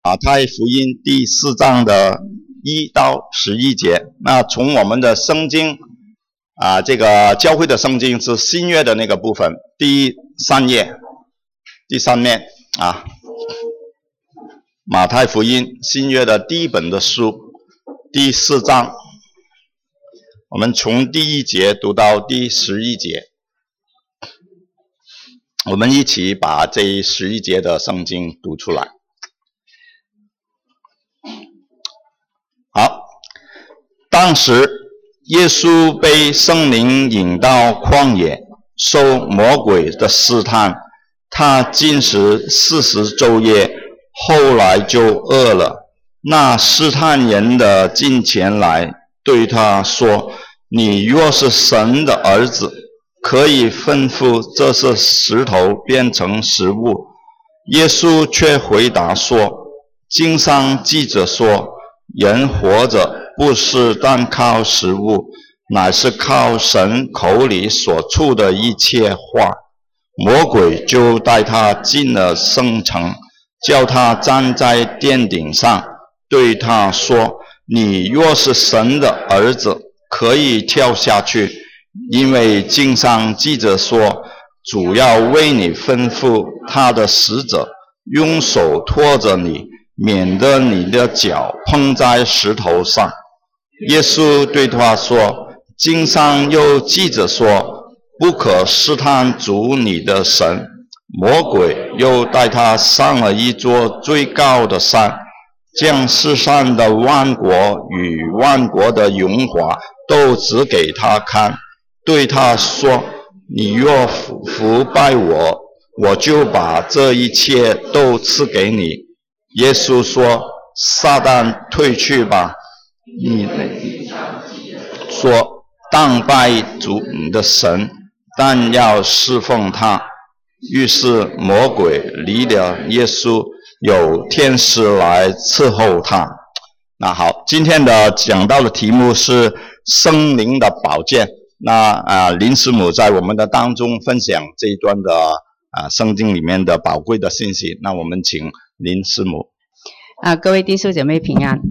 马太福音第4章的1到11节。那从我们的圣经这个教会的圣经是新约的那个部分，第3页，第3面马太福音新约的第一本的书，第4章，我们从第1节读到第11节。我们一起把这11节的圣经读出来。好，当时耶稣被圣灵引到旷野，受魔鬼的试探，他禁食40昼夜，后来就饿了。那试探人的近前来，对他说：你若是神的儿子，可以吩咐这些石头变成食物。耶稣却回答说：经上记着说，人活着不是单靠食物，乃是靠神口里所出的一切话。魔鬼就带他进了圣城，叫他站在殿顶上，对他说：你若是神的儿子，可以跳下去，因为经上记着说，主要为你吩咐他的使者，用手托着你，免得你的脚碰在石头上。耶稣对他说：经上又记着说，不可试探主你的神。魔鬼又带他上了一座最高的山，将世上的万国与万国的荣华都指给他看，对他说：你若服拜我，我就把这一切都赐给你。耶稣说：撒旦退去吧，你说当拜主你的神，但要侍奉他。于是魔鬼离了耶稣，有天使来伺候他。那好，今天的讲到的题目是圣灵的宝剑。那林师母在我们的当中分享这一段的圣经里面的宝贵的信息。那我们请林师母。 各位弟兄姐妹平安。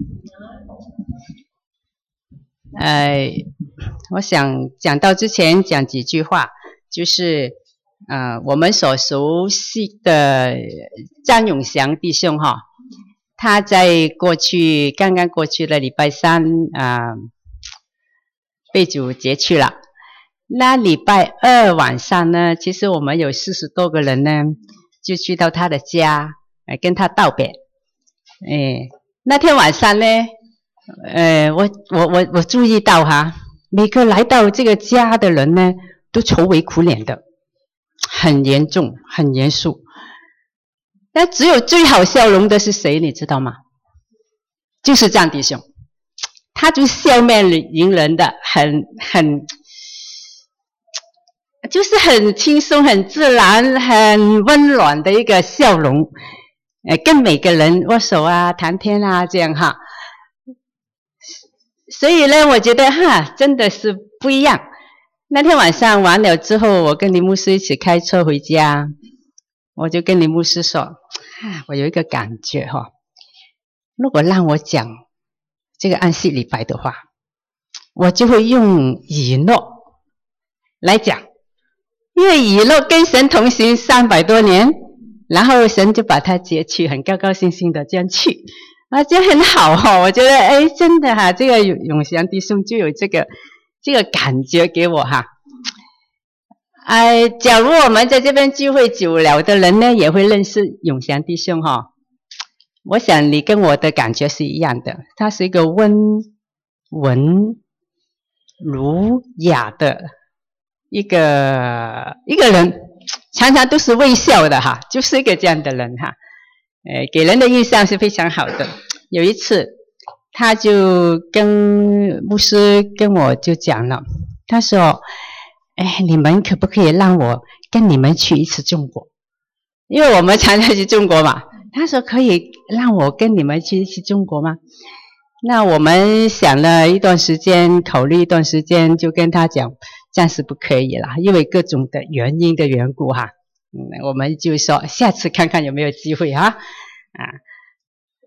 我想讲到之前讲几句话，就是我们所熟悉的张永祥弟兄他在刚刚过去的礼拜3被主接去了。那礼拜2晚上呢，其实我们有40多个人呢，就去到他的家跟他道别。那天晚上呢，我注意到每个来到这个家的人呢，都愁眉苦脸的，很严重，很严肃。那只有最好笑容的是谁，你知道吗？就是张弟兄，他就笑面迎人的，就是很轻松、很自然、很温暖的一个笑容，跟每个人握手谈天这样所以呢，我觉得真的是不一样。那天晚上完了之后，我跟林牧师一起开车回家，我就跟林牧师说，我有一个感觉如果让我讲这个安息礼拜的话，我就会用以诺来讲，因为以诺跟神同行300多年，然后神就把他接去，很高高兴兴的这样去，这样很好我觉得真的这个永祥弟兄就有这个感觉给我假如我们在这边聚会久了的人呢，也会认识永祥弟兄我想你跟我的感觉是一样的，他是一个温文儒雅的一个人，常常都是微笑的就是一个这样的人给人的印象是非常好的。有一次他就跟牧师跟我就讲了，他说你们可不可以让我跟你们去一次中国，因为我们常常去中国嘛。他说可以让我跟你们去一次中国吗？那我们想了一段时间，考虑一段时间，就跟他讲暂时不可以了，因为各种的原因的缘故我们就说下次看看有没有机会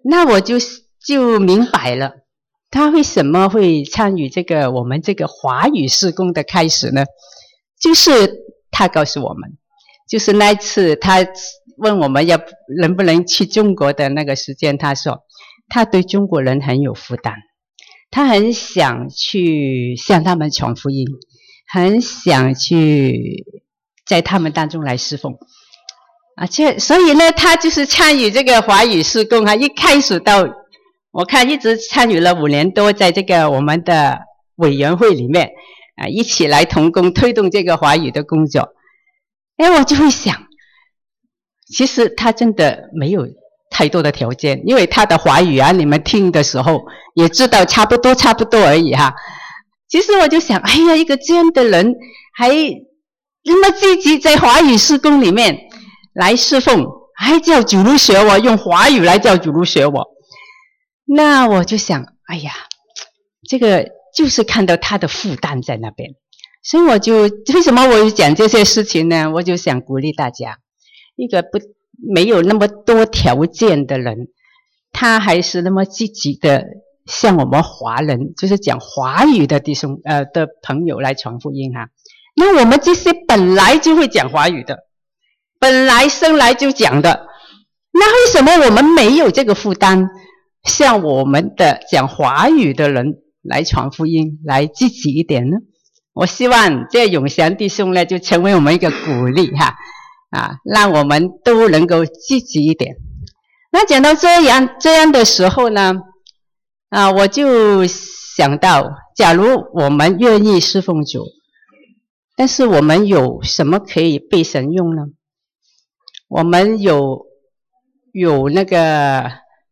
那我就明白了，他为什么会参与我们这个华语事工的开始呢？就是他告诉我们，就是那一次他问我们能不能去中国的那个时间，他说他对中国人很有负担，他很想去向他们传福音，很想去在他们当中来侍奉所以呢，他就是参与这个华语事工一开始到我看一直参与了5年多，在这个我们的委员会里面一起来同工推动这个华语的工作。我就会想，其实他真的没有太多的条件，因为他的华语你们听的时候也知道差不多而已其实我就想，哎呀，一个这样的人还那么积极在华语事工里面来侍奉，还叫主路学我，用华语来叫主路学我。那我就想，哎呀，这个就是看到他的负担在那边。所以为什么我讲这些事情呢？我就想鼓励大家，一个没有那么多条件的人，他还是那么积极的向我们华人，就是讲华语的弟兄的朋友来传福音那我们这些本来就会讲华语的，本来生来就讲的，那为什么我们没有这个负担，向我们的讲华语的人来传福音，来积极一点呢？我希望这永祥弟兄呢，就成为我们一个鼓励让我们都能够积极一点。那讲到这样的时候呢，我就想到，假如我们愿意侍奉主，但是我们有什么可以被神用呢？我们有那个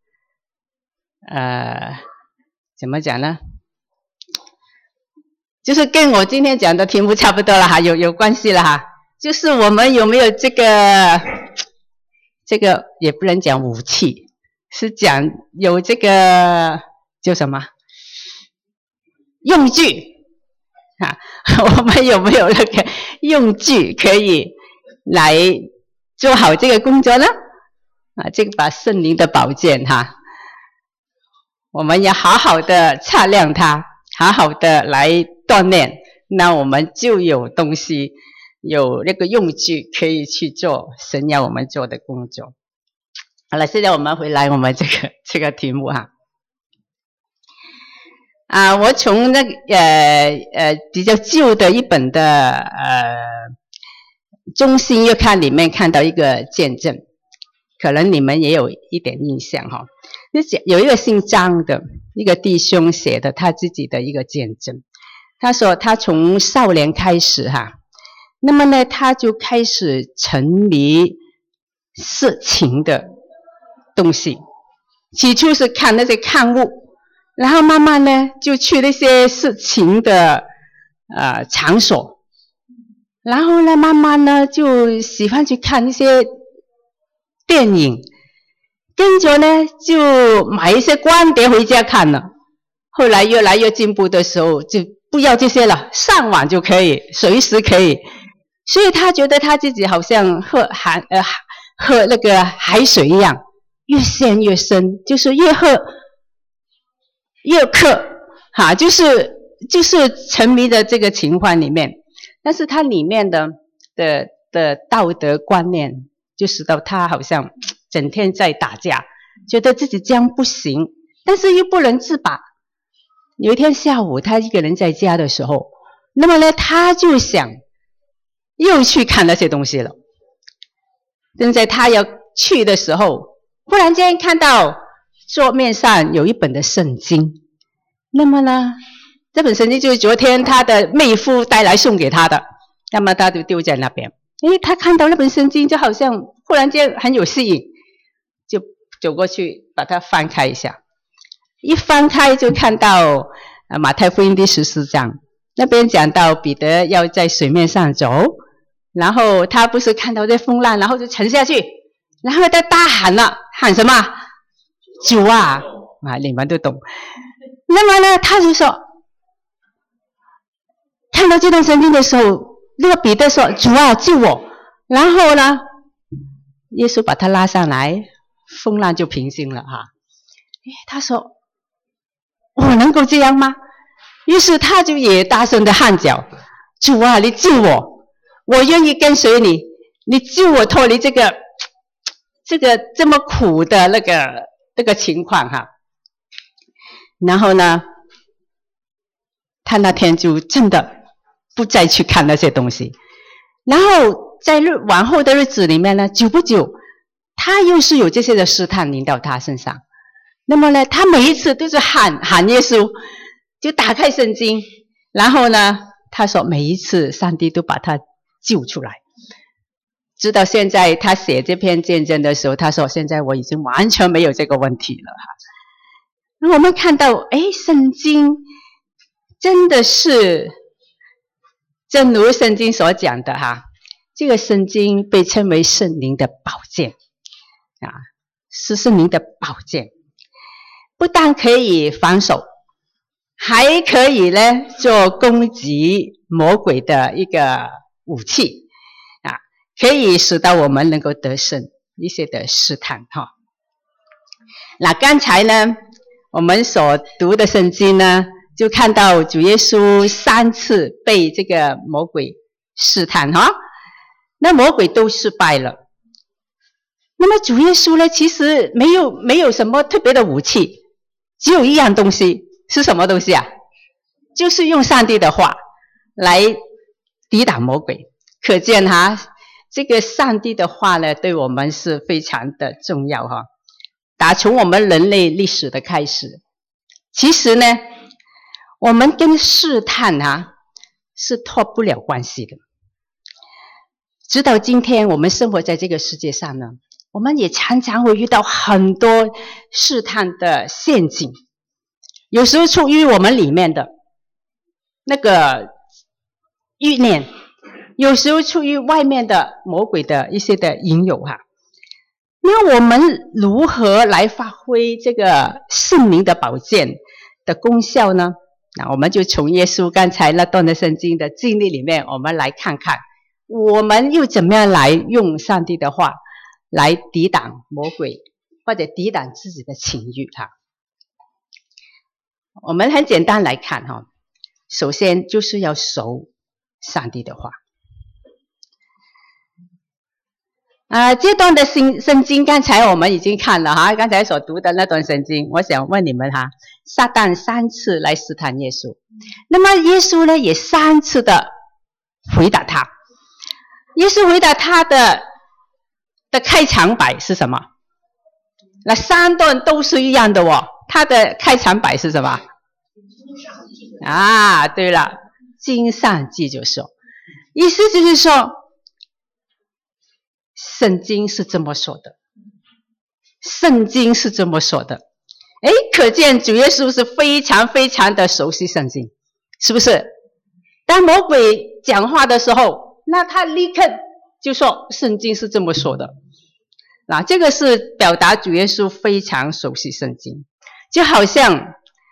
怎么讲呢？就是跟我今天讲的题目差不多了有关系了就是我们有没有这个也不能讲武器，是讲有这个叫什么用具我们有没有那个用具可以来做好这个工作呢？这个把圣灵的宝剑我们要好好的擦亮它，好好的来锻炼，那我们就有东西，有那个用具可以去做神要我们做的工作。好了，现在我们回来我们这个题目我从那个比较旧的一本的中信月刊里面看到一个见证，可能你们也有一点印象有一个姓张的一个弟兄写的他自己的一个见证。他说他从少年开始那么呢他就开始沉迷色情的东西，起初是看那些刊物，然后慢慢呢就去那些色情的场所，然后呢慢慢呢就喜欢去看一些电影，跟着呢就买一些光碟回家看了。后来越来越进步的时候，就不要这些了，上网就可以，随时可以。所以他觉得他自己好像喝那个海水一样，越陷越深，就是越喝越渴就是沉迷的这个情况里面。但是他里面的道德观念就使到他好像整天在打架，觉得自己这样不行，但是又不能自拔。有一天下午他一个人在家的时候，那么呢他就想又去看那些东西了。正在他要去的时候，忽然间看到桌面上有一本的圣经，那么呢这本圣经就是昨天他的妹夫带来送给他的，那么他就丢在那边。因为他看到那本圣经就好像忽然间很有吸引，就走过去把它翻开一下，一翻开就看到马太福音第14章，那边讲到彼得要在水面上走，然后他不是看到这风浪，然后就沉下去，然后他大喊了，喊什么？主啊！你们都懂。那么呢他就说，看到这段圣经的时候，那个彼得说，主啊救我，然后呢耶稣把他拉上来，风浪就平静了他说我能够这样吗？于是他就也大声的喊叫，主啊，你救我，我愿意跟随你，你救我脱离这个这么苦的那个情况哈。然后呢，他那天就真的不再去看那些东西。然后在往后的日子里面呢，久不久他又是有这些的试探临到他身上。那么呢，他每一次都是喊耶稣，就打开圣经，然后呢，他说每一次上帝都把他救出来。直到现在他写这篇见证的时候，他说现在我已经完全没有这个问题了哈。那我们看到圣经真的是正如圣经所讲的哈，这个圣经被称为圣灵的宝剑啊，是圣灵的宝剑，不但可以防守，还可以呢做攻击魔鬼的一个武器啊，可以使到我们能够得胜一些的试探哈。那刚才呢，我们所读的圣经呢，就看到主耶稣3次被这个魔鬼试探哈，那魔鬼都失败了。那么主耶稣呢，其实没有什么特别的武器，只有一样东西，是什么东西啊？就是用上帝的话来抵挡魔鬼。可见哈，这个上帝的话呢，对我们是非常的重要哈。打从我们人类历史的开始，其实呢，我们跟试探是脱不了关系的。直到今天我们生活在这个世界上呢，我们也常常会遇到很多试探的陷阱，有时候出于我们里面的那个欲念，有时候出于外面的魔鬼的一些的引诱哈。那我们如何来发挥这个圣灵的宝剑的功效呢？那我们就从耶稣刚才那段的圣经的经历里面，我们来看看我们又怎么样来用上帝的话来抵挡魔鬼，或者抵挡自己的情欲哈。我们很简单来看哈，首先就是要守上帝的话。这段的圣经刚才我们已经看了哈，刚才所读的那段圣经，我想问你们哈，撒旦3次来试探耶稣，那么耶稣呢也3次的回答他。耶稣回答他的开场白是什么？那3段都是一样的哦。他的开场白是什么？对了，经上记就说，意思就是说圣经是这么说的，圣经是这么说的。可见主耶稣是非常非常的熟悉圣经，是不是？当魔鬼讲话的时候，那他立刻就说圣经是这么说的。那这个是表达主耶稣非常熟悉圣经，就好像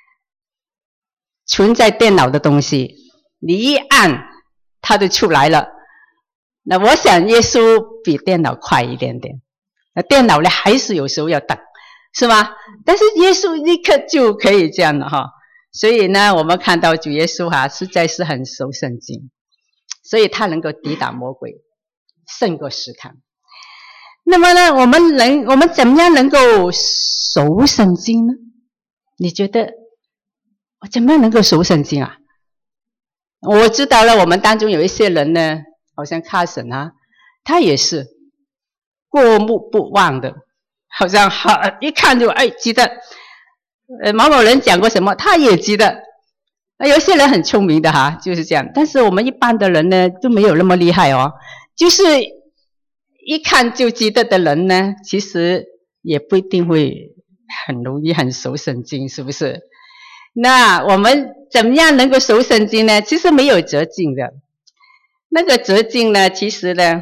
存在电脑的东西，你一按它就出来了。那我想耶稣比电脑快一点点，那电脑呢还是有时候要等，是吗？但是耶稣立刻就可以这样了哈。所以呢，我们看到主耶稣实在是很熟圣经，所以他能够抵挡魔鬼，胜过试探。那么呢，我们怎么样能够熟圣经呢？你觉得我怎么样能够熟圣经啊？我知道了，我们当中有一些人呢，好像卡神他也是过目不忘的，好像一看就记得某某人讲过什么，他也记得。有些人很聪明的就是这样。但是我们一般的人呢，都没有那么厉害哦。就是一看就记得的人呢，其实也不一定会很容易很熟圣经，是不是？那我们怎么样能够熟圣经呢？其实没有捷径的。那个捷径呢，其实呢，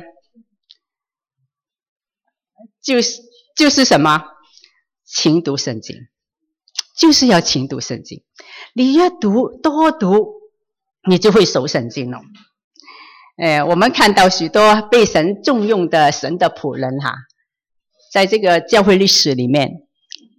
就是什么？勤读圣经，就是要勤读圣经。你越读多读，你就会熟圣经了。我们看到许多被神重用的神的仆人在这个教会历史里面，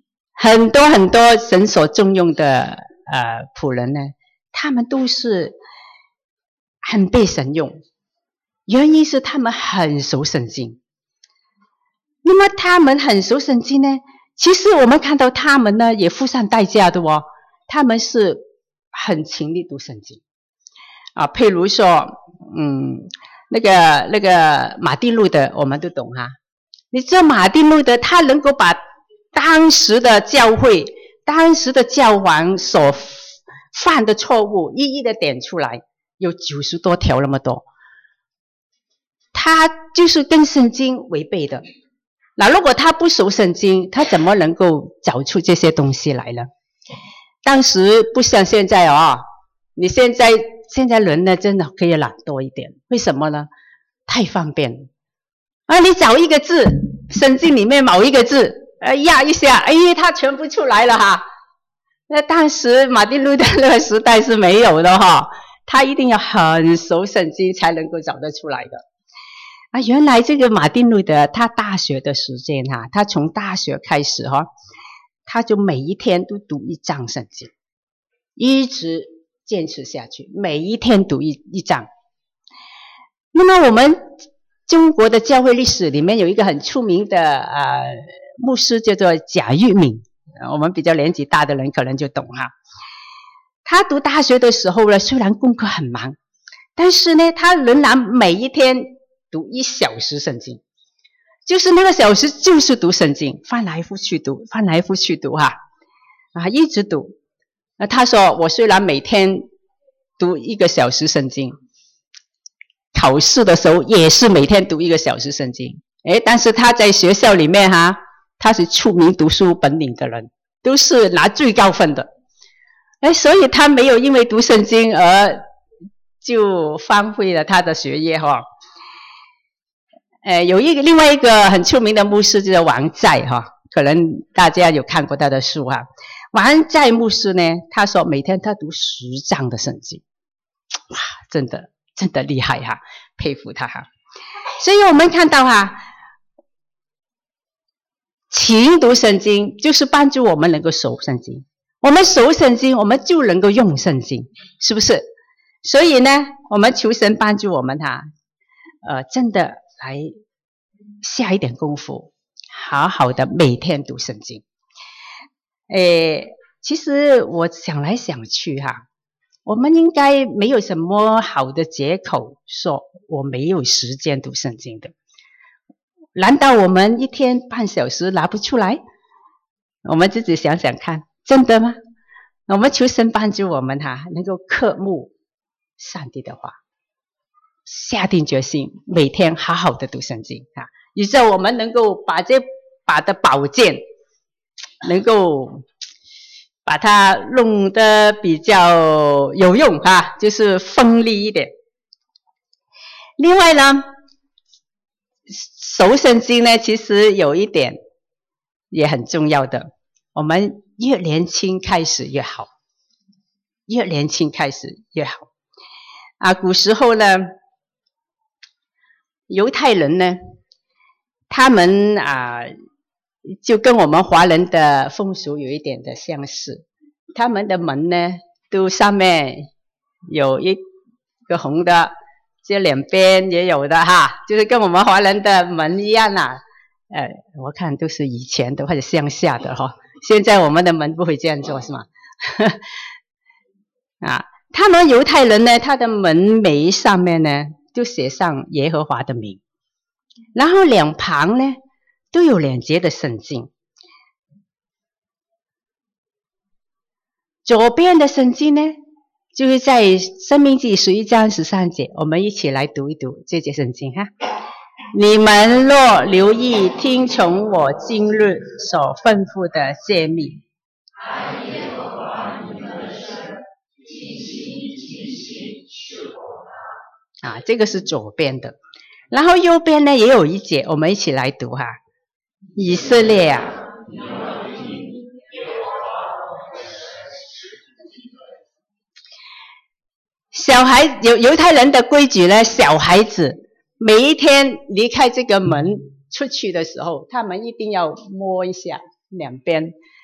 很多很多神所重用的仆人呢，他们都是很被神用，原因是他们很熟圣经。那么他们很熟圣经呢，其实我们看到他们呢也付上代价的哦，他们是很勤力读圣经啊。譬如说那个马丁路德我们都懂哈。你知道马丁路德他能够把当时的教会、当时的教皇所犯的错误一一的点出来，有90多条那么多，他就是跟圣经违背的。那如果他不熟圣经，他怎么能够找出这些东西来呢？当时不像现在哦，你现在人呢真的可以懒惰一点，为什么呢？太方便了啊！你找一个字，圣经里面某一个字，压一下，哎，它全部出来了哈。那当时马丁路德那个时代是没有的哈，他一定要很熟圣经才能够找得出来的。啊，原来这个马丁路德他大学的时间哈，他从大学开始哈，他就每一天都读一章圣经，一直坚持下去，每一天读一章。那么我们中国的教会历史里面有一个很出名的牧师叫做贾玉敏，我们比较年纪大的人可能就懂哈。他读大学的时候呢，虽然功课很忙，但是呢他仍然每一天读1小时圣经，就是那个小时就是读圣经，翻来覆去读，翻来覆去读哈，一直读。他说我虽然每天读1个小时圣经，考试的时候也是每天读1个小时圣经，但是他在学校里面哈，他是出名读书本领的人，都是拿最高分的，所以他没有因为读圣经而就荒废了他的学业哈。有另外一个很出名的牧师就是王在哈，可能大家有看过他的书哈。王在牧师呢，他说每天他读10章的圣经，哇，真的厉害哈，佩服他哈。所以我们看到哈，勤读圣经就是帮助我们能够熟圣经，我们熟圣经，我们就能够用圣经，是不是？所以呢，我们求神帮助我们哈，真的来下一点功夫，好好的每天读圣经。其实我想来想去哈，我们应该没有什么好的借口说我没有时间读圣经的。难道我们1天半小时拿不出来？我们自己想想看，真的吗？我们求神帮助我们哈，能够渴慕上帝的话，下定决心每天好好的读圣经啊，以致我们能够把这把的宝剑能够把它弄得比较有用啊，就是锋利一点。另外呢，熟圣经呢，其实有一点也很重要的，我们越年轻开始越好，越年轻开始越好啊。古时候呢，犹太人呢，他们就跟我们华人的风俗有一点的相似，他们的门呢都上面有一个红的，这两边也有的哈，就是跟我们华人的门一样啦。我看都是以前的或者乡下的哈，现在我们的门不会这样做是吗？他们犹太人呢，他的门楣上面呢就写上耶和华的名，然后两旁呢都有2节的圣经。左边的圣经呢，就是在申命记11章13节，我们一起来读一读这节圣经哈。你们若留意听从我今日所吩咐的诫命，爱耶和华你们的神，尽心尽性侍奉他。这个是左边的，然后右边呢也有一节，我们一起来读哈。以色列啊，小孩犹太人的规矩呢，小孩子每一天离开这个门出去的时候，他们一定要摸一下两边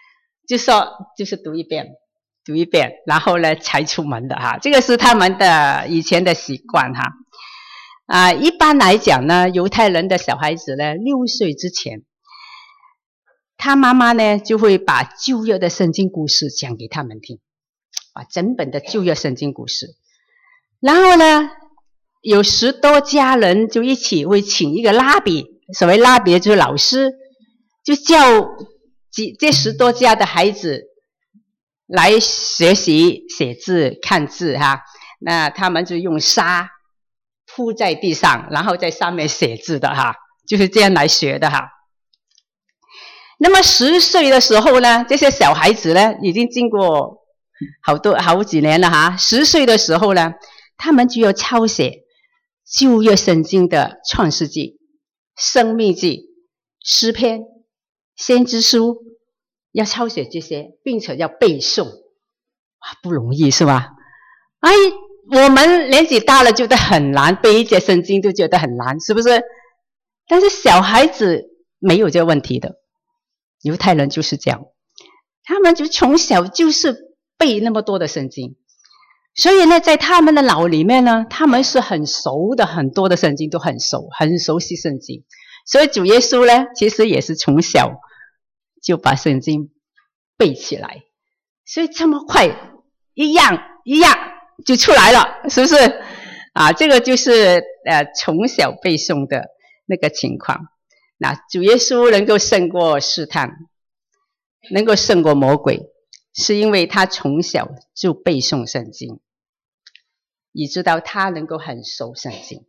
就是读一遍，然后呢才出门的哈，这个是他们的以前的习惯哈。一般来讲呢，犹太人的小孩子呢，6岁之前，他妈妈呢就会把旧约的圣经故事讲给他们听，整本的旧约圣经故事。然后呢，有10多家人就一起会请一个拉比，所谓拉比就是老师，就叫这10多家的孩子来学习写字看字哈。那他们就用沙铺在地上，然后在上面写字的哈，就是这样来学的哈。那么10岁的时候呢，这些小孩子呢已经经过好几年了哈。10岁的时候呢，他们就要抄写旧约圣经的创世纪、申命记、诗篇、先知书，要抄写这些，并且要背诵。不容易是吧？我们年纪大了觉得很难，背一节圣经就觉得很难，是不是？但是小孩子没有这个问题的，犹太人就是这样，他们就从小就是背那么多的圣经，所以呢，在他们的脑里面呢，他们是很熟的，很多的圣经都很熟悉圣经。所以主耶稣呢，其实也是从小就把圣经背起来，所以这么快一样就出来了，是不是？这个就是从小背诵的那个情况。那主耶稣能够胜过试探，能够胜过魔鬼，是因为他从小就背诵圣经，以知道他能够很熟圣经。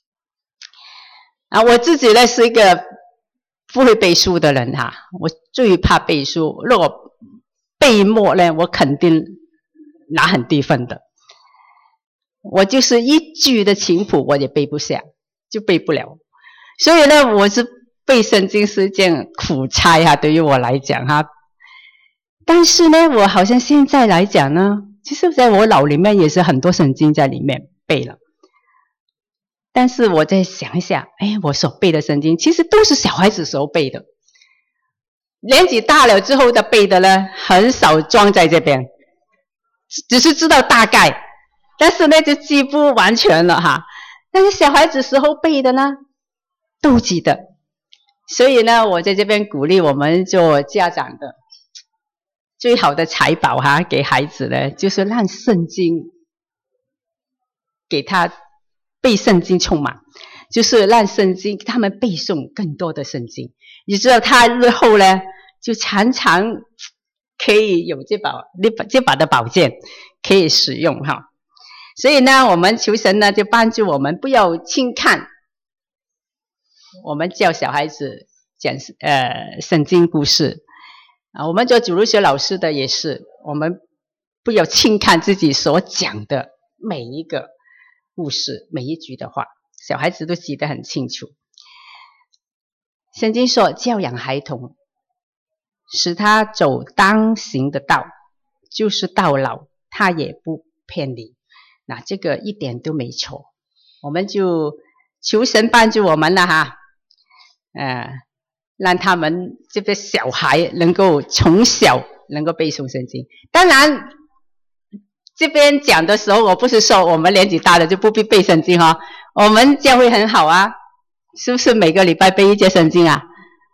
我自己呢是一个不会背书的人哈，我最怕背书，如果背默呢，我肯定拿很低分的。我就是一句的琴谱我也背不下，就背不了。所以呢，我是背圣经是一件苦差哈，对于我来讲哈。但是呢，我好像现在来讲呢，其实在我脑里面也是很多圣经在里面背了。但是我再想一下，我所背的圣经其实都是小孩子时候背的，年纪大了之后的背的呢，很少装在这边，只是知道大概，但是呢就记不完全了哈。但是小孩子时候背的呢，都记得。所以呢，我在这边鼓励我们做家长的，最好的财宝哈，给孩子呢，就是让圣经给他背圣经充满，就是让圣经他们背诵更多的圣经，你知道他日后呢就常常可以有这把的宝剑可以使用哈。所以呢，我们求神呢就帮助我们不要轻看我们教小孩子讲圣经故事我们做主日学老师的也是，我们不要轻看自己所讲的每一个故事，每一句的话，小孩子都记得很清楚。圣经说教养孩童，使他走当行的道，就是到老他也不偏离。那这个一点都没错，我们就求神帮助我们了哈，让他们这个小孩能够从小能够背诵圣经。当然这边讲的时候，我不是说我们年纪大了就不必背圣经哈，我们教会很好啊，是不是每个礼拜背一节圣经啊？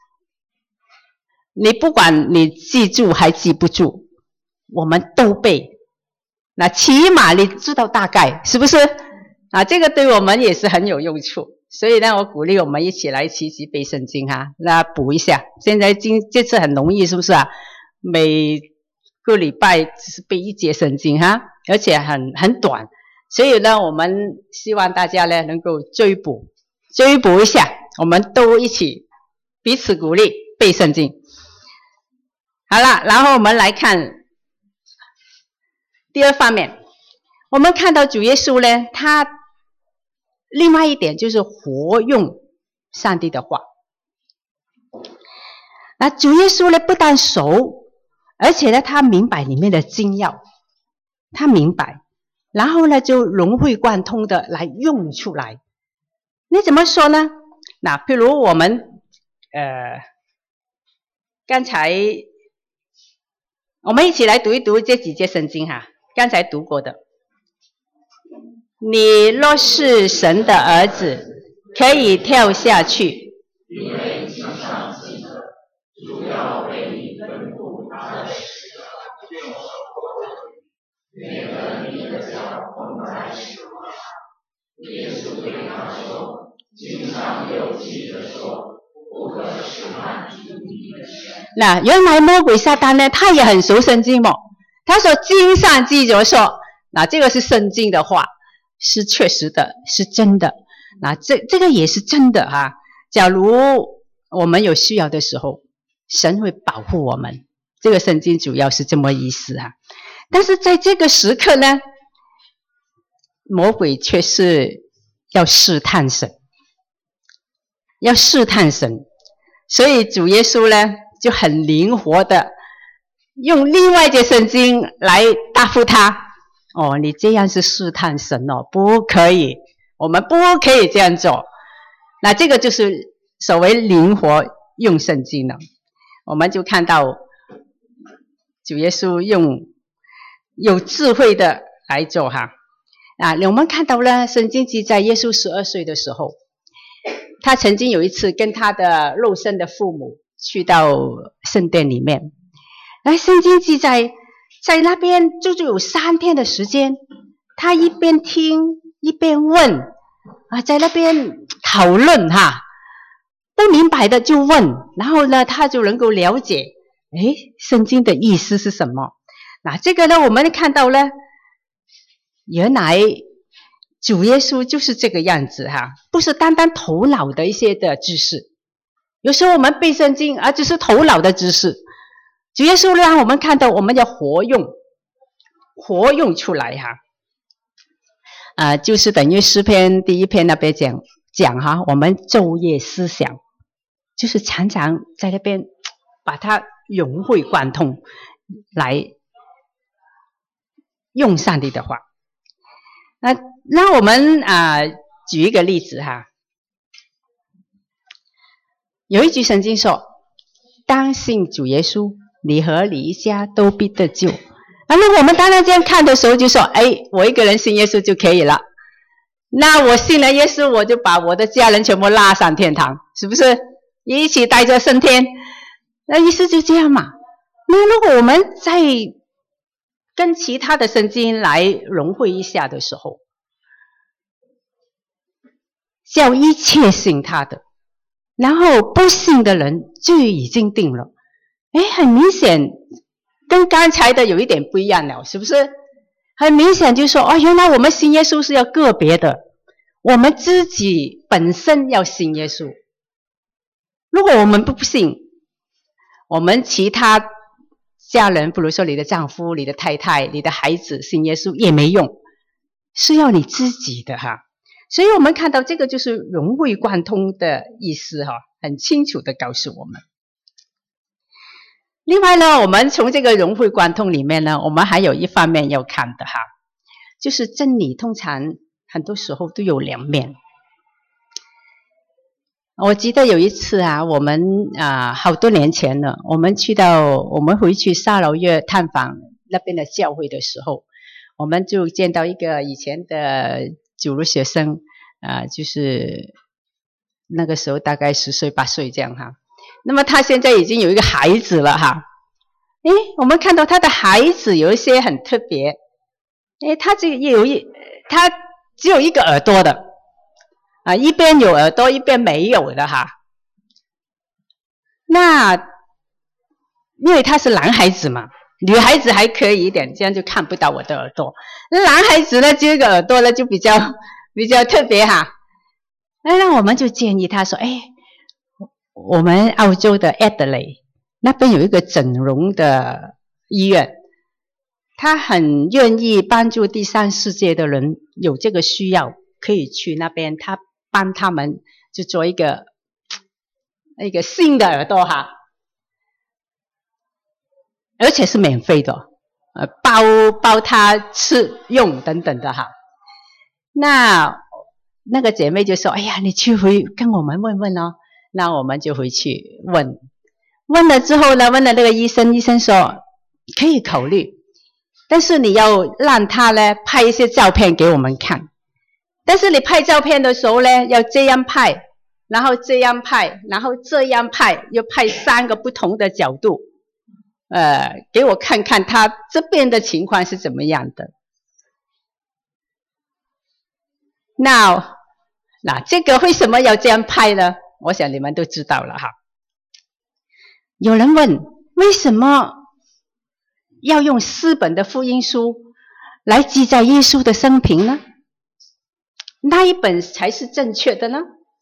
你不管你记住还记不住，我们都背，那起码你知道大概，是不是？这个对我们也是很有用处。所以呢，我鼓励我们一起来齐背圣经哈，那补一下。现在这次很容易，是不是啊？每个礼拜只是背一节圣经哈，而且很短。所以呢，我们希望大家呢能够追补一下，我们都一起彼此鼓励背圣经。好了，然后我们来看第二方面，我们看到主耶稣呢，他另外一点就是活用上帝的话。那主耶稣呢不但熟，而且呢他明白里面的精要，他明白，然后呢就融会贯通的来用出来。你怎么说呢？那譬如我们刚才我们一起来读一读这几节圣经哈，刚才读过的。你若是神的儿子，可以跳下去， 因为经上记着，主要为你吩咐他的使者，用手托着你，免得你的脚碰在石头上。耶稣对他说：经上又记着说，不可试探主你的神。 那原来魔鬼撒旦呢，他也很熟圣经哦。他说经上记着说，那这个是圣经的话，是确实的，是真的。那这个也是真的哈。假如我们有需要的时候，神会保护我们。这个圣经主要是这么意思哈。但是在这个时刻呢，魔鬼却是要试探神，要试探神。所以主耶稣呢就很灵活的用另外一节圣经来答复他。哦，你这样是试探神哦，不可以，我们不可以这样做。那这个就是所谓灵活用圣经了。我们就看到主耶稣用有智慧的来做哈。我们看到了圣经记载耶稣12岁的时候，他曾经有一次跟他的肉身的父母去到圣殿里面，圣经记载在那边就有3天的时间，他一边听一边问在那边讨论哈，不明白的就问，然后呢他就能够了解圣经的意思是什么。那这个呢我们看到呢，原来主耶稣就是这个样子哈，不是单单头脑的一些的知识。有时候我们背圣经只是头脑的知识，主耶稣让我们看到我们要活用出来哈。就是等于诗篇第1篇那边讲哈，我们昼夜思想，就是常常在那边把它融会贯通，来用上帝的话。那我们举一个例子哈，有一句圣经说，当信主耶稣，你和你一家都必得救。那我们当然这样看的时候就说，我一个人信耶稣就可以了，那我信了耶稣，我就把我的家人全部拉上天堂，是不是一起带着升天？那意思就这样嘛。那如果我们在跟其他的圣经来融汇一下的时候，叫一切信他的，然后不信的人就已经定了。很明显跟刚才的有一点不一样了，是不是？很明显就说原来我们信耶稣是要个别的，我们自己本身要信耶稣。如果我们不信，我们其他家人，比如说你的丈夫、你的太太、你的孩子信耶稣也没用，是要你自己的哈。所以我们看到这个就是融会贯通的意思哈，很清楚的告诉我们。另外呢，我们从这个融会贯通里面呢，我们还有一方面要看的哈，就是真理通常很多时候都有2面。我记得有一次我们好多年前了，我们回去沙劳越探访那边的教会的时候，我们就见到一个以前的主日学生就是那个时候大概10岁8岁这样哈。那么他现在已经有一个孩子了哈。我们看到他的孩子有一些很特别，他只有一个耳朵的一边有耳朵一边没有的哈。那因为他是男孩子嘛，女孩子还可以一点，这样就看不到我的耳朵。那男孩子呢，这个耳朵呢就比较特别哈。那我们就建议他说，我们澳洲的 Adelaide 那边有一个整容的医院，他很愿意帮助第三世界的人有这个需要，可以去那边，他帮他们就做一个新的耳朵哈，而且是免费的，包他吃用等等的哈。那个姐妹就说，你去回跟我们问问哦。那我们就回去问了之后呢，问了那个医生，医生说可以考虑，但是你要让他呢拍一些照片给我们看。但是你拍照片的时候呢，要这样拍，然后这样拍，然后这样拍，又拍3个不同的角度，给我看看他这边的情况是怎么样的。那这个为什么要这样拍呢？我想你们都知道了哈。有人问，为什么要用4本的福音书来记载耶稣的生平呢？哪一本才是正确的呢？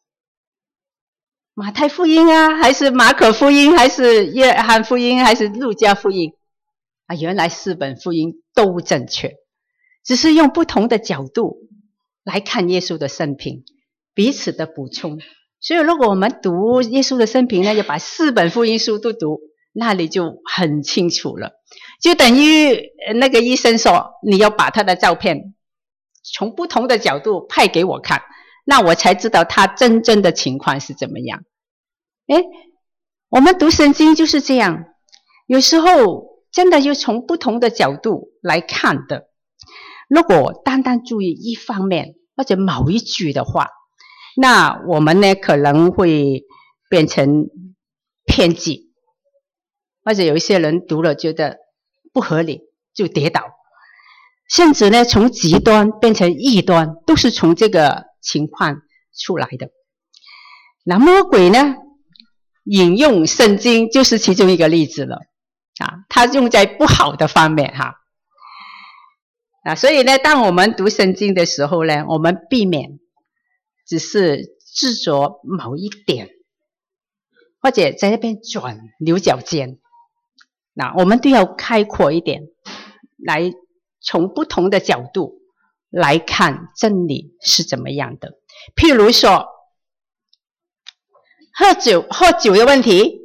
马太福音啊，还是马可福音，还是约翰福音，还是路加福音？原来4本福音都正确，只是用不同的角度来看耶稣的生平，彼此的补充。所以如果我们读耶稣的生平呢，要把4本福音书都读，那里就很清楚了。就等于那个医生说，你要把他的照片从不同的角度拍给我看，那我才知道他真正的情况是怎么样。我们读圣经就是这样，有时候真的要从不同的角度来看的。如果单单注意一方面或者某一句的话，那我们呢可能会变成偏激，或者有一些人读了觉得不合理就跌倒，甚至呢从极端变成异端，都是从这个情况出来的。那魔鬼呢引用圣经就是其中一个例子了他用在不好的方面所以呢当我们读圣经的时候呢，我们避免只是执着某一点，或者在那边转牛角尖，我们都要开阔一点，来从不同的角度来看真理是怎么样的。譬如说喝酒的问题，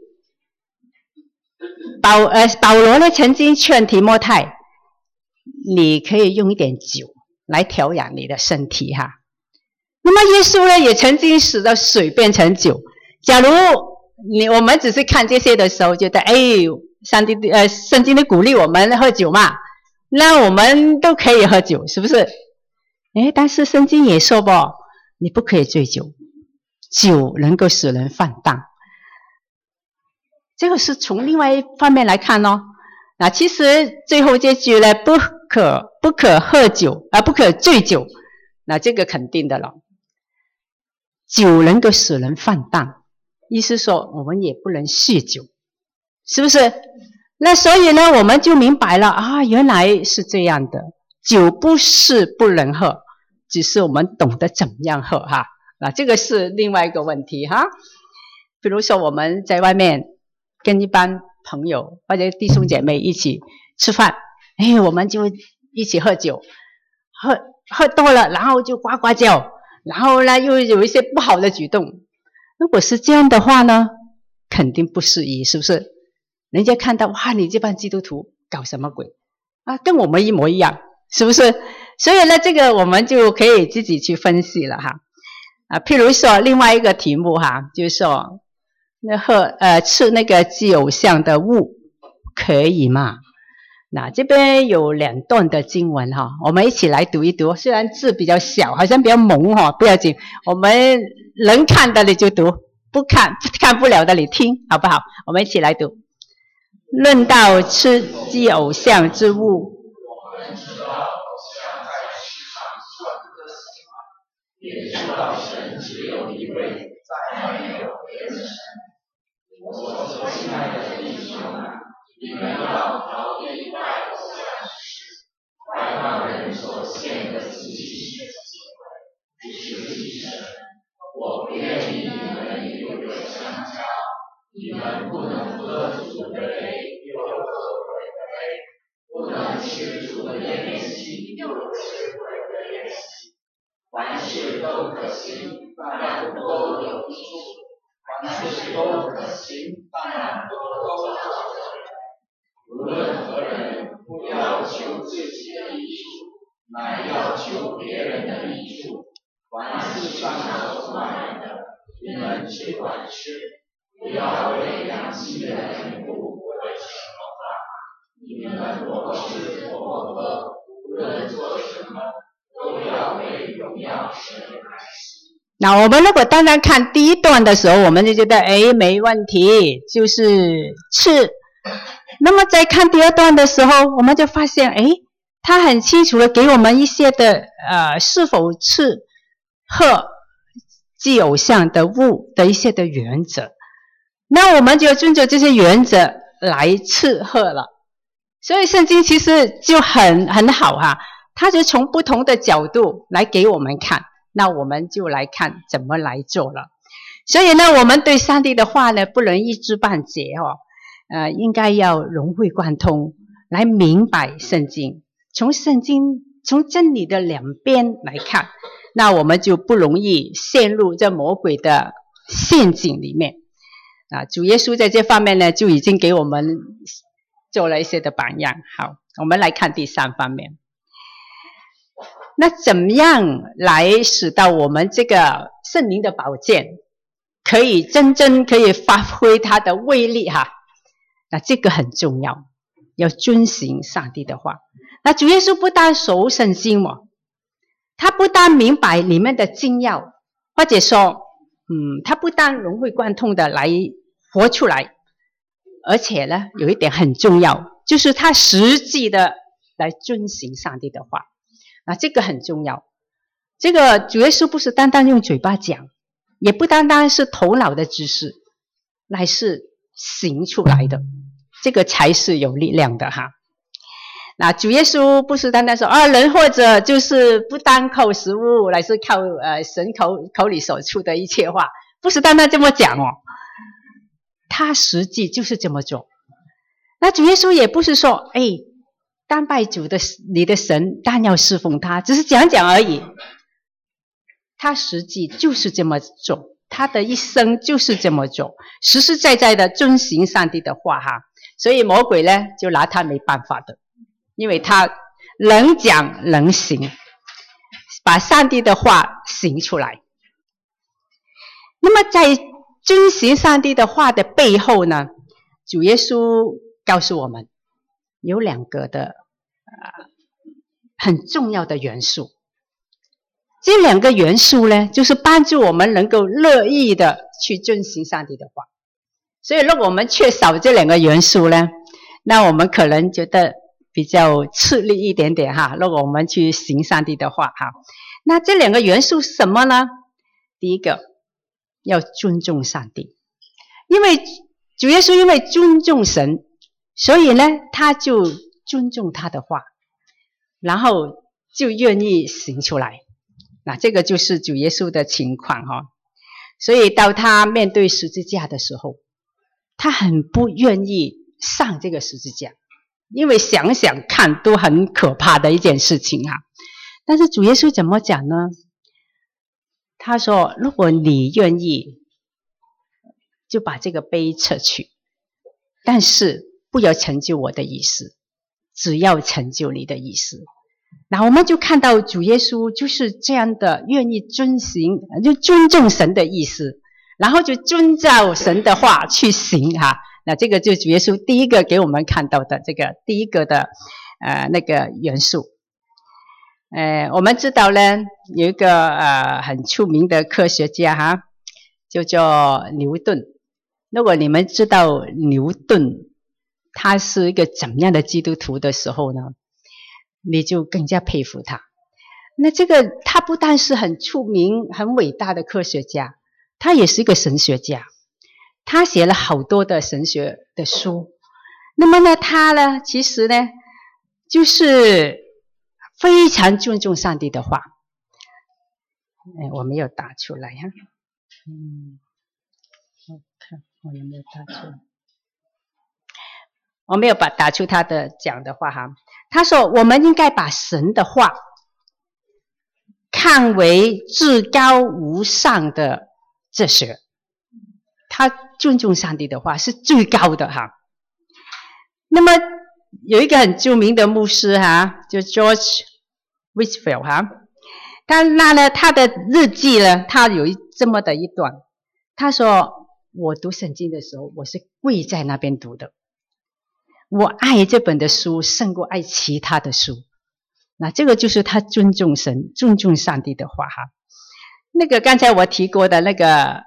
保罗呢曾经劝提摩太，你可以用一点酒来调养你的身体那么耶稣呢也曾经使得水变成酒。假如我们只是看这些的时候觉得圣经的鼓励我们喝酒嘛，那我们都可以喝酒，是不是？但是圣经也说你不可以醉酒，酒能够使人放荡。这个是从另外一方面来看其实最后这句呢，不可喝酒不可醉酒，那这个肯定的了。酒能够使人放荡，意思说我们也不能酗酒，是不是？那所以呢我们就明白了原来是这样的。酒不是不能喝，只是我们懂得怎么样喝这个是另外一个问题比如说我们在外面跟一般朋友或者弟兄姐妹一起吃饭，我们就一起喝酒，喝多了然后就呱呱叫，然后呢又有一些不好的举动。如果是这样的话呢，肯定不适宜，是不是？人家看到你这帮基督徒搞什么鬼跟我们一模一样，是不是？所以呢这个我们就可以自己去分析了譬如说另外一个题目就是说吃那个祭偶像的物可以吗？那这边有2段的经文我们一起来读一读。虽然字比较小，好像比较蒙不要紧，我们能看的你就读，看不了的你听，好不好？我们一起来读。论到吃祭偶像之物， 我们知道偶像在世上算个什么，也知道神只有一位，再没有别的神。我所亲爱的弟兄你们要逃避拜偶像时，外邦人所献的祭祀不是祭神。我不愿意你们与鬼相交，你们不能喝主的杯，又喝鬼的杯，不能吃主的宴席，又吃鬼的宴席。凡事都可行，但不都有益处；凡事都可行，但不都造就人。无论何人，不要求自己的益处，乃要求别人的益处。凡事上手传人的，你们只管吃，不要为良心的缘故为神谋你们或吃或喝，无论做什么，都要为荣耀神而行。 那我们如果单单看第一段的时候，我们就觉得没问题，就是吃。那么在看第二段的时候，我们就发现他很清楚的给我们一些的是否吃喝祭偶像的物的一些的原则。那我们就遵守这些原则来吃喝了。所以圣经其实就很好哈，它就从不同的角度来给我们看，那我们就来看怎么来做了。所以呢，我们对上帝的话呢，不能一知半解应该要融会贯通，来明白圣经，从真理的两边来看，那我们就不容易陷入这魔鬼的陷阱里面。主耶稣在这方面呢，就已经给我们做了一些的榜样。好，我们来看第三方面。那怎么样来使到我们这个圣灵的宝剑可以真正可以发挥它的威力哈？那这个很重要，要遵行上帝的话。那主耶稣不但熟圣经他不但明白里面的精要，或者说他不但融会贯通的来活出来，而且呢有一点很重要，就是他实际的来遵行上帝的话。那这个很重要，这个主耶稣不是单单用嘴巴讲，也不单单是头脑的知识，乃是行出来的，这个才是有力量的哈。那主耶稣不是单单说人或者就是不单靠食物，乃是靠神口里所出的一切话，不是单单这么讲他实际就是这么做。那主耶稣也不是说单拜主的你的神，但要侍奉他，只是讲讲而已。他实际就是这么做，他的一生就是这么做，实实在在的遵行上帝的话哈。所以魔鬼呢就拿他没办法的，因为他能讲能行，把上帝的话行出来。那么在遵行上帝的话的背后呢，主耶稣告诉我们有两个的很重要的元素。这两个元素呢，就是帮助我们能够乐意的去遵行上帝的话。所以如果我们缺少这两个元素呢，那我们可能觉得比较吃力一点点哈。如果我们去行上帝的话哈，那这两个元素是什么呢？第一个，要尊重上帝，因为主耶稣因为尊重神，所以呢他就尊重他的话，然后就愿意行出来。那这个就是主耶稣的情况哈。所以到他面对十字架的时候，他很不愿意上这个十字架，因为想想看都很可怕的一件事情啊。但是主耶稣怎么讲呢？他说如果你愿意，就把这个杯撤去，但是不要成就我的意思，只要成就你的意思。那我们就看到主耶稣就是这样的愿意遵行，就尊重神的意思，然后就遵照神的话去行哈。那这个就是主耶稣第一个给我们看到的这个第一个的那个元素。我们知道呢，有一个很出名的科学家哈，就叫牛顿。如果你们知道牛顿他是一个怎么样的基督徒的时候呢，你就更加佩服他。那这个他不但是很出名很伟大的科学家，他也是一个神学家，他写了好多的神学的书。那么呢他呢其实呢就是非常尊重上帝的话。我没有打出来哈。我看我有没有打出来，我没有打出他的讲的话哈。他说我们应该把神的话看为至高无上的哲学，他尊重上帝的话是最高的哈。那么有一个很著名的牧师哈，就 George Whitefield 哈，他的日记呢，他有这么的一段，他说我读圣经的时候，我是跪在那边读的， 我爱这本的书胜过爱其他的书。那这个就是他尊重神、尊重上帝的话哈。那个刚才我提过的那个，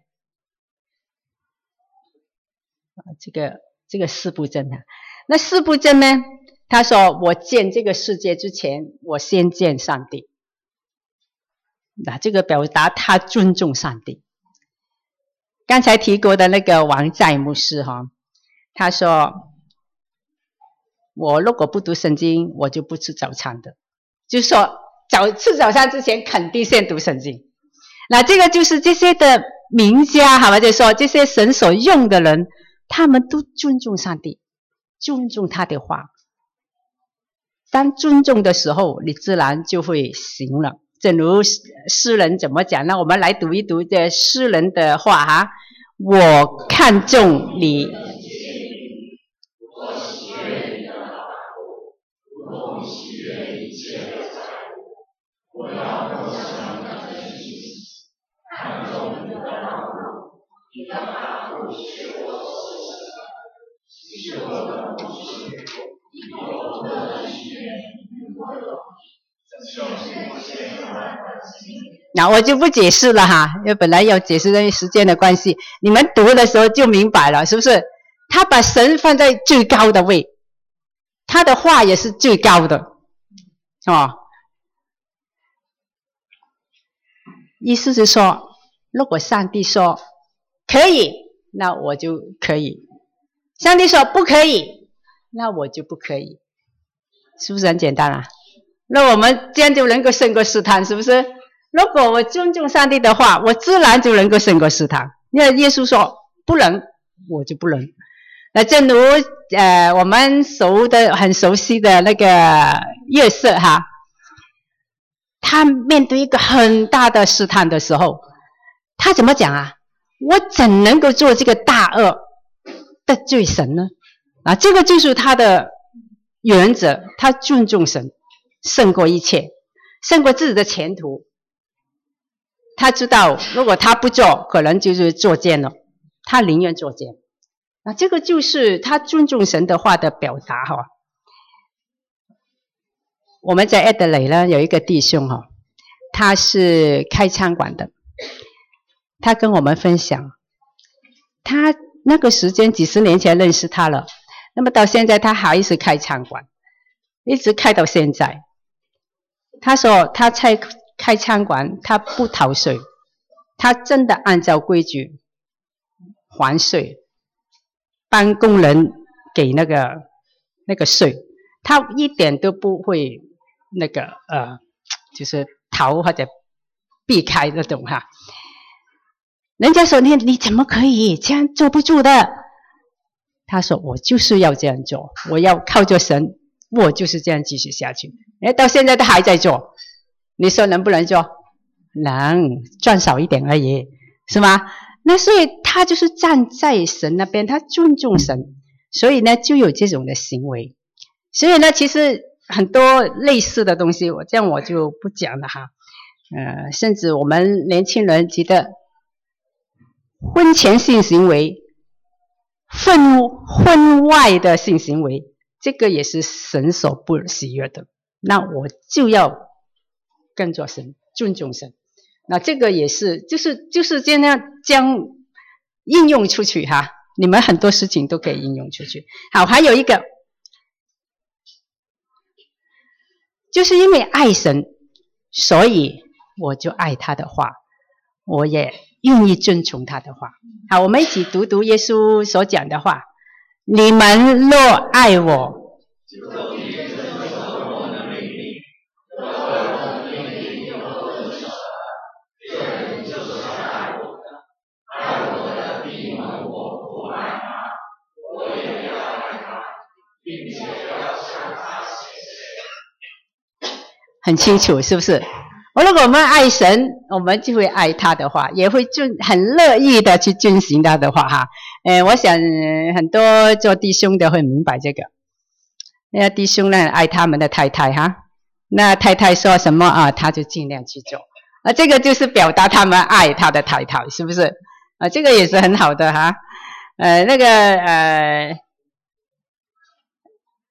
这个四部真啊，那四部真呢？他说我见这个世界之前，我先见上帝。那这个表达他尊重上帝。刚才提过的那个王在牧师哈，他说我如果不读圣经，我就不吃早餐的。就是说吃早餐之前肯定先读圣经。那这个就是这些的名家好吧，就说这些神所用的人，他们都尊重上帝，尊重他的话。当尊重的时候，你自然就会行了。正如诗人怎么讲，那我们来读一读这诗人的话哈。我看重你， 我喜悦你的法度，如同喜悦一切的财物。我要默想你的真实，看重你的道路，你的法度是我所喜的，是我的牧师，我的喜悦与我的那我就不解释了哈，因为本来要解释的时间的关系，你们读的时候就明白了，是不是？他把神放在最高的位，他的话也是最高的哦。意思是说，如果上帝说可以，那我就可以；上帝说不可以，那我就不可以，是不是很简单啊？那我们这样就能够胜过试探，是不是？如果我尊重上帝的话，我自然就能够胜过试探。因为耶稣说不能，我就不能。那正如我们很熟悉的那个约瑟哈，他面对一个很大的试探的时候，他怎么讲啊？我怎能够做这个大恶得罪神呢？啊，这个就是他的原则，他尊重神胜过一切，胜过自己的前途。他知道如果他不做，可能就是作奸了，他宁愿作奸。那这个就是他尊重神的话的表达哈。我们在爱德雷呢有一个弟兄哈，他是开餐馆的，他跟我们分享，他那个时间几十年前认识他了，那么到现在他还是开餐馆，一直开到现在。他说他开餐馆，他不逃税，他真的按照规矩还税，帮工人给那个税，他一点都不会就是逃或者避开那种哈。人家说你怎么可以这样坐不住的？他说我就是要这样做，我要靠着神，我就是这样继续下去。到现在他还在做，你说能不能做？能，赚少一点而已，是吗？那所以他就是站在神那边，他尊重神，所以呢就有这种的行为。所以呢其实很多类似的东西，我就不讲了哈。甚至我们年轻人觉得婚前性行为、婚外的性行为，这个也是神所不喜悦的。那我就要跟着神，尊重神。那这个也是就是这样将应用出去哈，你们很多事情都可以应用出去。好，还有一个就是因为爱神，所以我就爱他的话，我也愿意遵从他的话。好，我们一起读耶稣所讲的话：你们若爱我，很清楚是不是？如果我们爱神，我们就会爱他的话，也会很乐意的去遵行他的话哈。我想很多做弟兄的会明白这个。那弟兄呢爱他们的太太哈，那太太说什么啊，他就尽量去做。这个就是表达他们爱他的太太，是不是？这个也是很好的哈。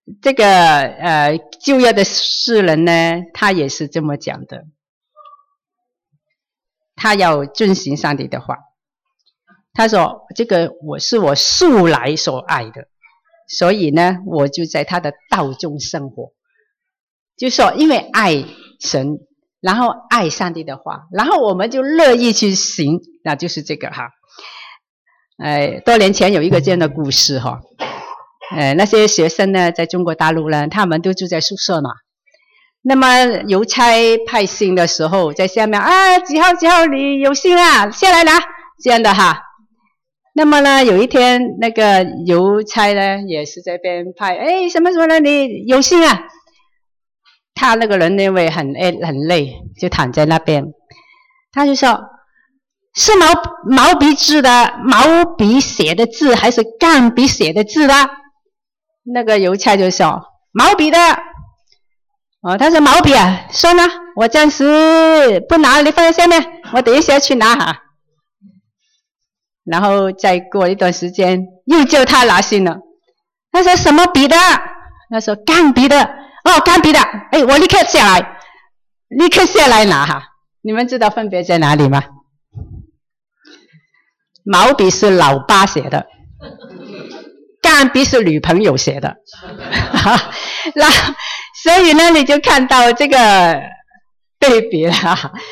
这个旧约的诗人呢，他也是这么讲的，他要遵行上帝的话。他说这个我是我素来所爱的，所以呢我就在他的道中生活。就说因为爱神，然后爱上帝的话，然后我们就乐意去行，那就是这个哈。多年前有一个这样的故事哈，那些学生呢，在中国大陆呢，他们都住在宿舍嘛。那么邮差派信的时候，在下面啊，几号几号你有信啊，下来拿，这样的哈。那么呢，有一天那个邮差呢，也是在边派，什么时候呢？你有信啊？他那个人因为很累，就躺在那边，他就说。是毛笔字的，毛笔写的字还是钢笔写的字的？那个邮差就说毛笔的。他说毛笔啊，算了，我暂时不拿，你放在下面，我等一下去拿哈。然后再过一段时间，又叫他拿信了。他说什么笔的？他说钢笔的。钢笔的。我立刻下来拿哈。你们知道分别在哪里吗？毛笔是老爸写的，钢笔是女朋友写的。那所以呢，你就看到这个对比了。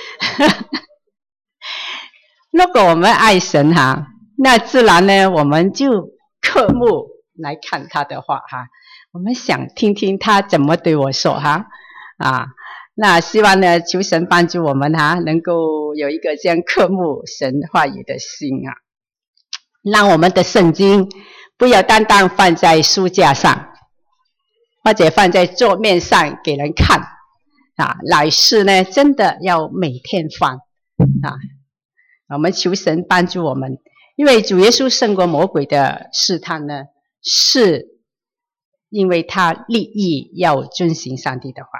如果我们爱神哈，那自然呢，我们就刻目来看他的话哈。我们想听听他怎么对我说哈那希望呢，求神帮助我们能够有一个这样刻目神话语的心让我们的圣经不要单单放在书架上，或者放在桌面上给人看乃是呢真的要每天翻我们求神帮助我们，因为主耶稣胜过魔鬼的试探呢，是因为他立意要遵行上帝的话。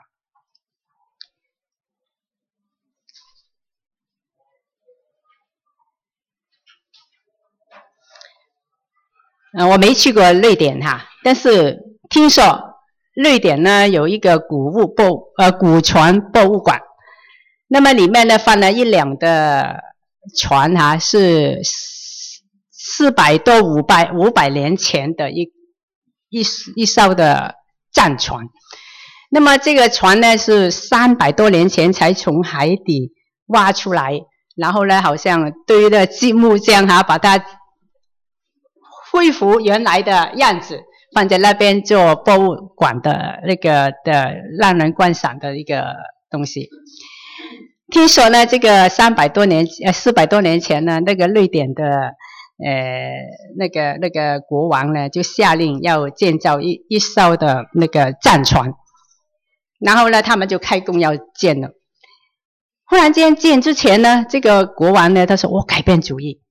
我没去过瑞典但是听说瑞典呢有一个古船博物馆，那么里面呢放了一辆的船是400多500年前的一艘的战船。那么这个船呢是300多年前才从海底挖出来，然后呢好像堆了积木这样把它恢复原来的样子，放在那边做博物馆的那个的让人观赏的一个东西。听说呢，这个400多年前呢，那个瑞典的那个国王呢，就下令要建造一艘的那个战船，然后呢，他们就开工要建了。忽然间建之前呢，这个国王呢，他说我改变主意。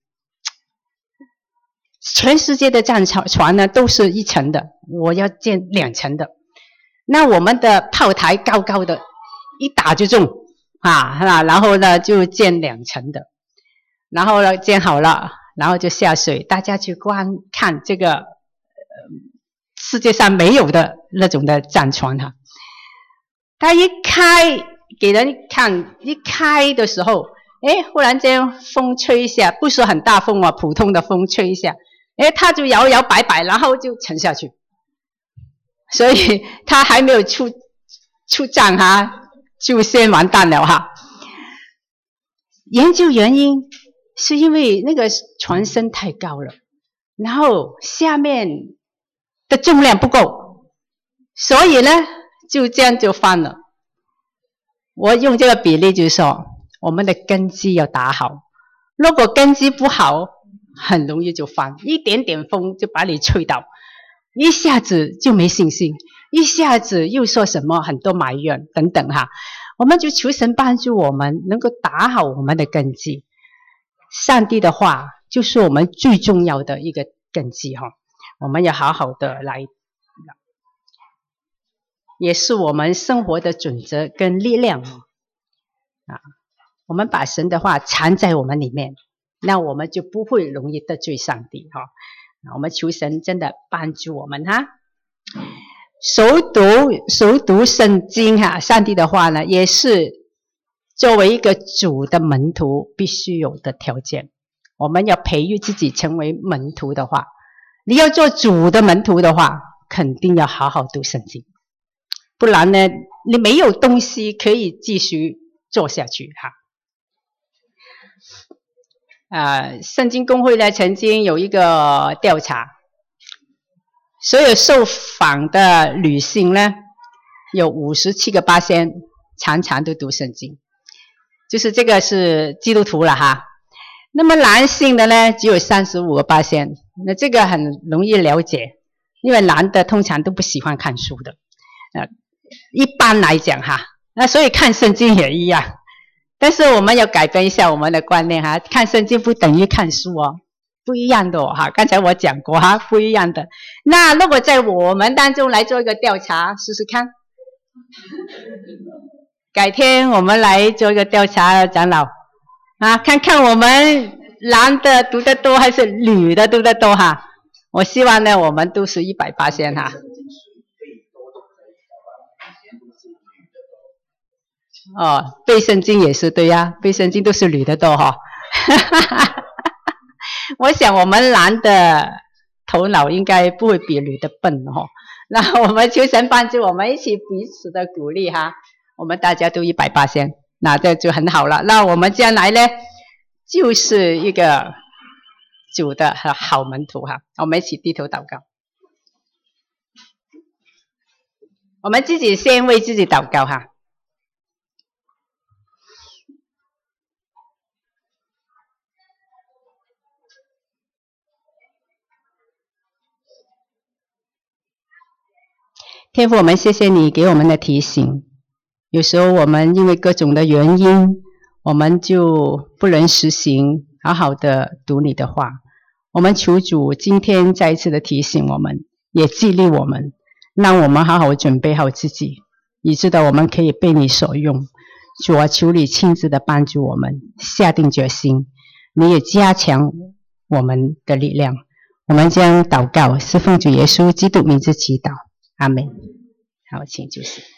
全世界的战船呢都是1层的，我要建2层的。那我们的炮台高高的，一打就中然后呢就建2层的，然后呢建好了，然后就下水，大家去观看这个世界上没有的那种的战船它一开给人看，一开的时候，忽然间风吹一下，不是很大风普通的风吹一下，它就摇摇摆摆，然后就沉下去。所以它还没有出战就先完蛋了研究原因是因为那个船身太高了，然后下面的重量不够，所以呢就这样就翻了。我用这个比例就是说，我们的根基要打好，如果根基不好，很容易就翻，一点点风就把你吹倒，一下子就没信心，一下子又说什么很多埋怨等等我们就求神帮助我们能够打好我们的根基。上帝的话就是我们最重要的一个根基我们要好好的来，也是我们生活的准则跟力量我们把神的话藏在我们里面，那我们就不会容易得罪上帝我们求神真的帮助我们熟读圣经上帝的话呢，也是作为一个主的门徒必须有的条件。我们要培育自己成为门徒的话，你要做主的门徒的话，肯定要好好读圣经，不然呢，你没有东西可以继续做下去圣经公会呢曾经有一个调查，所有受访的女性呢，有57%常常都读圣经，就是这个是基督徒了那么男性的呢，只有35%，那这个很容易了解，因为男的通常都不喜欢看书的，一般来讲那所以看圣经也一样。但是我们要改变一下我们的观念看圣经不等于看书不一样的刚才我讲过不一样的。那如果在我们当中来做一个调查试试看，改天我们来做一个调查，长老看看我们男的读得多还是女的读得多我希望呢我们都是100%背圣经也是对背圣经都是女的多我想我们男的头脑应该不会比女的笨那我们求神帮助我们一起彼此的鼓励我们大家都100%，那这就很好了。那我们将来呢就是一个主的好门徒我们一起低头祷告。我们自己先为自己祷告天父，我们谢谢你给我们的提醒。有时候我们因为各种的原因，我们就不能实行好好的读你的话。我们求主今天再一次的提醒我们，也激励我们，让我们好好准备好自己，以致到我们可以被你所用。主啊，求你亲自的帮助我们，下定决心，你也加强我们的力量。我们将祷告是奉主耶稣基督名字祈祷，阿们。好，请主席。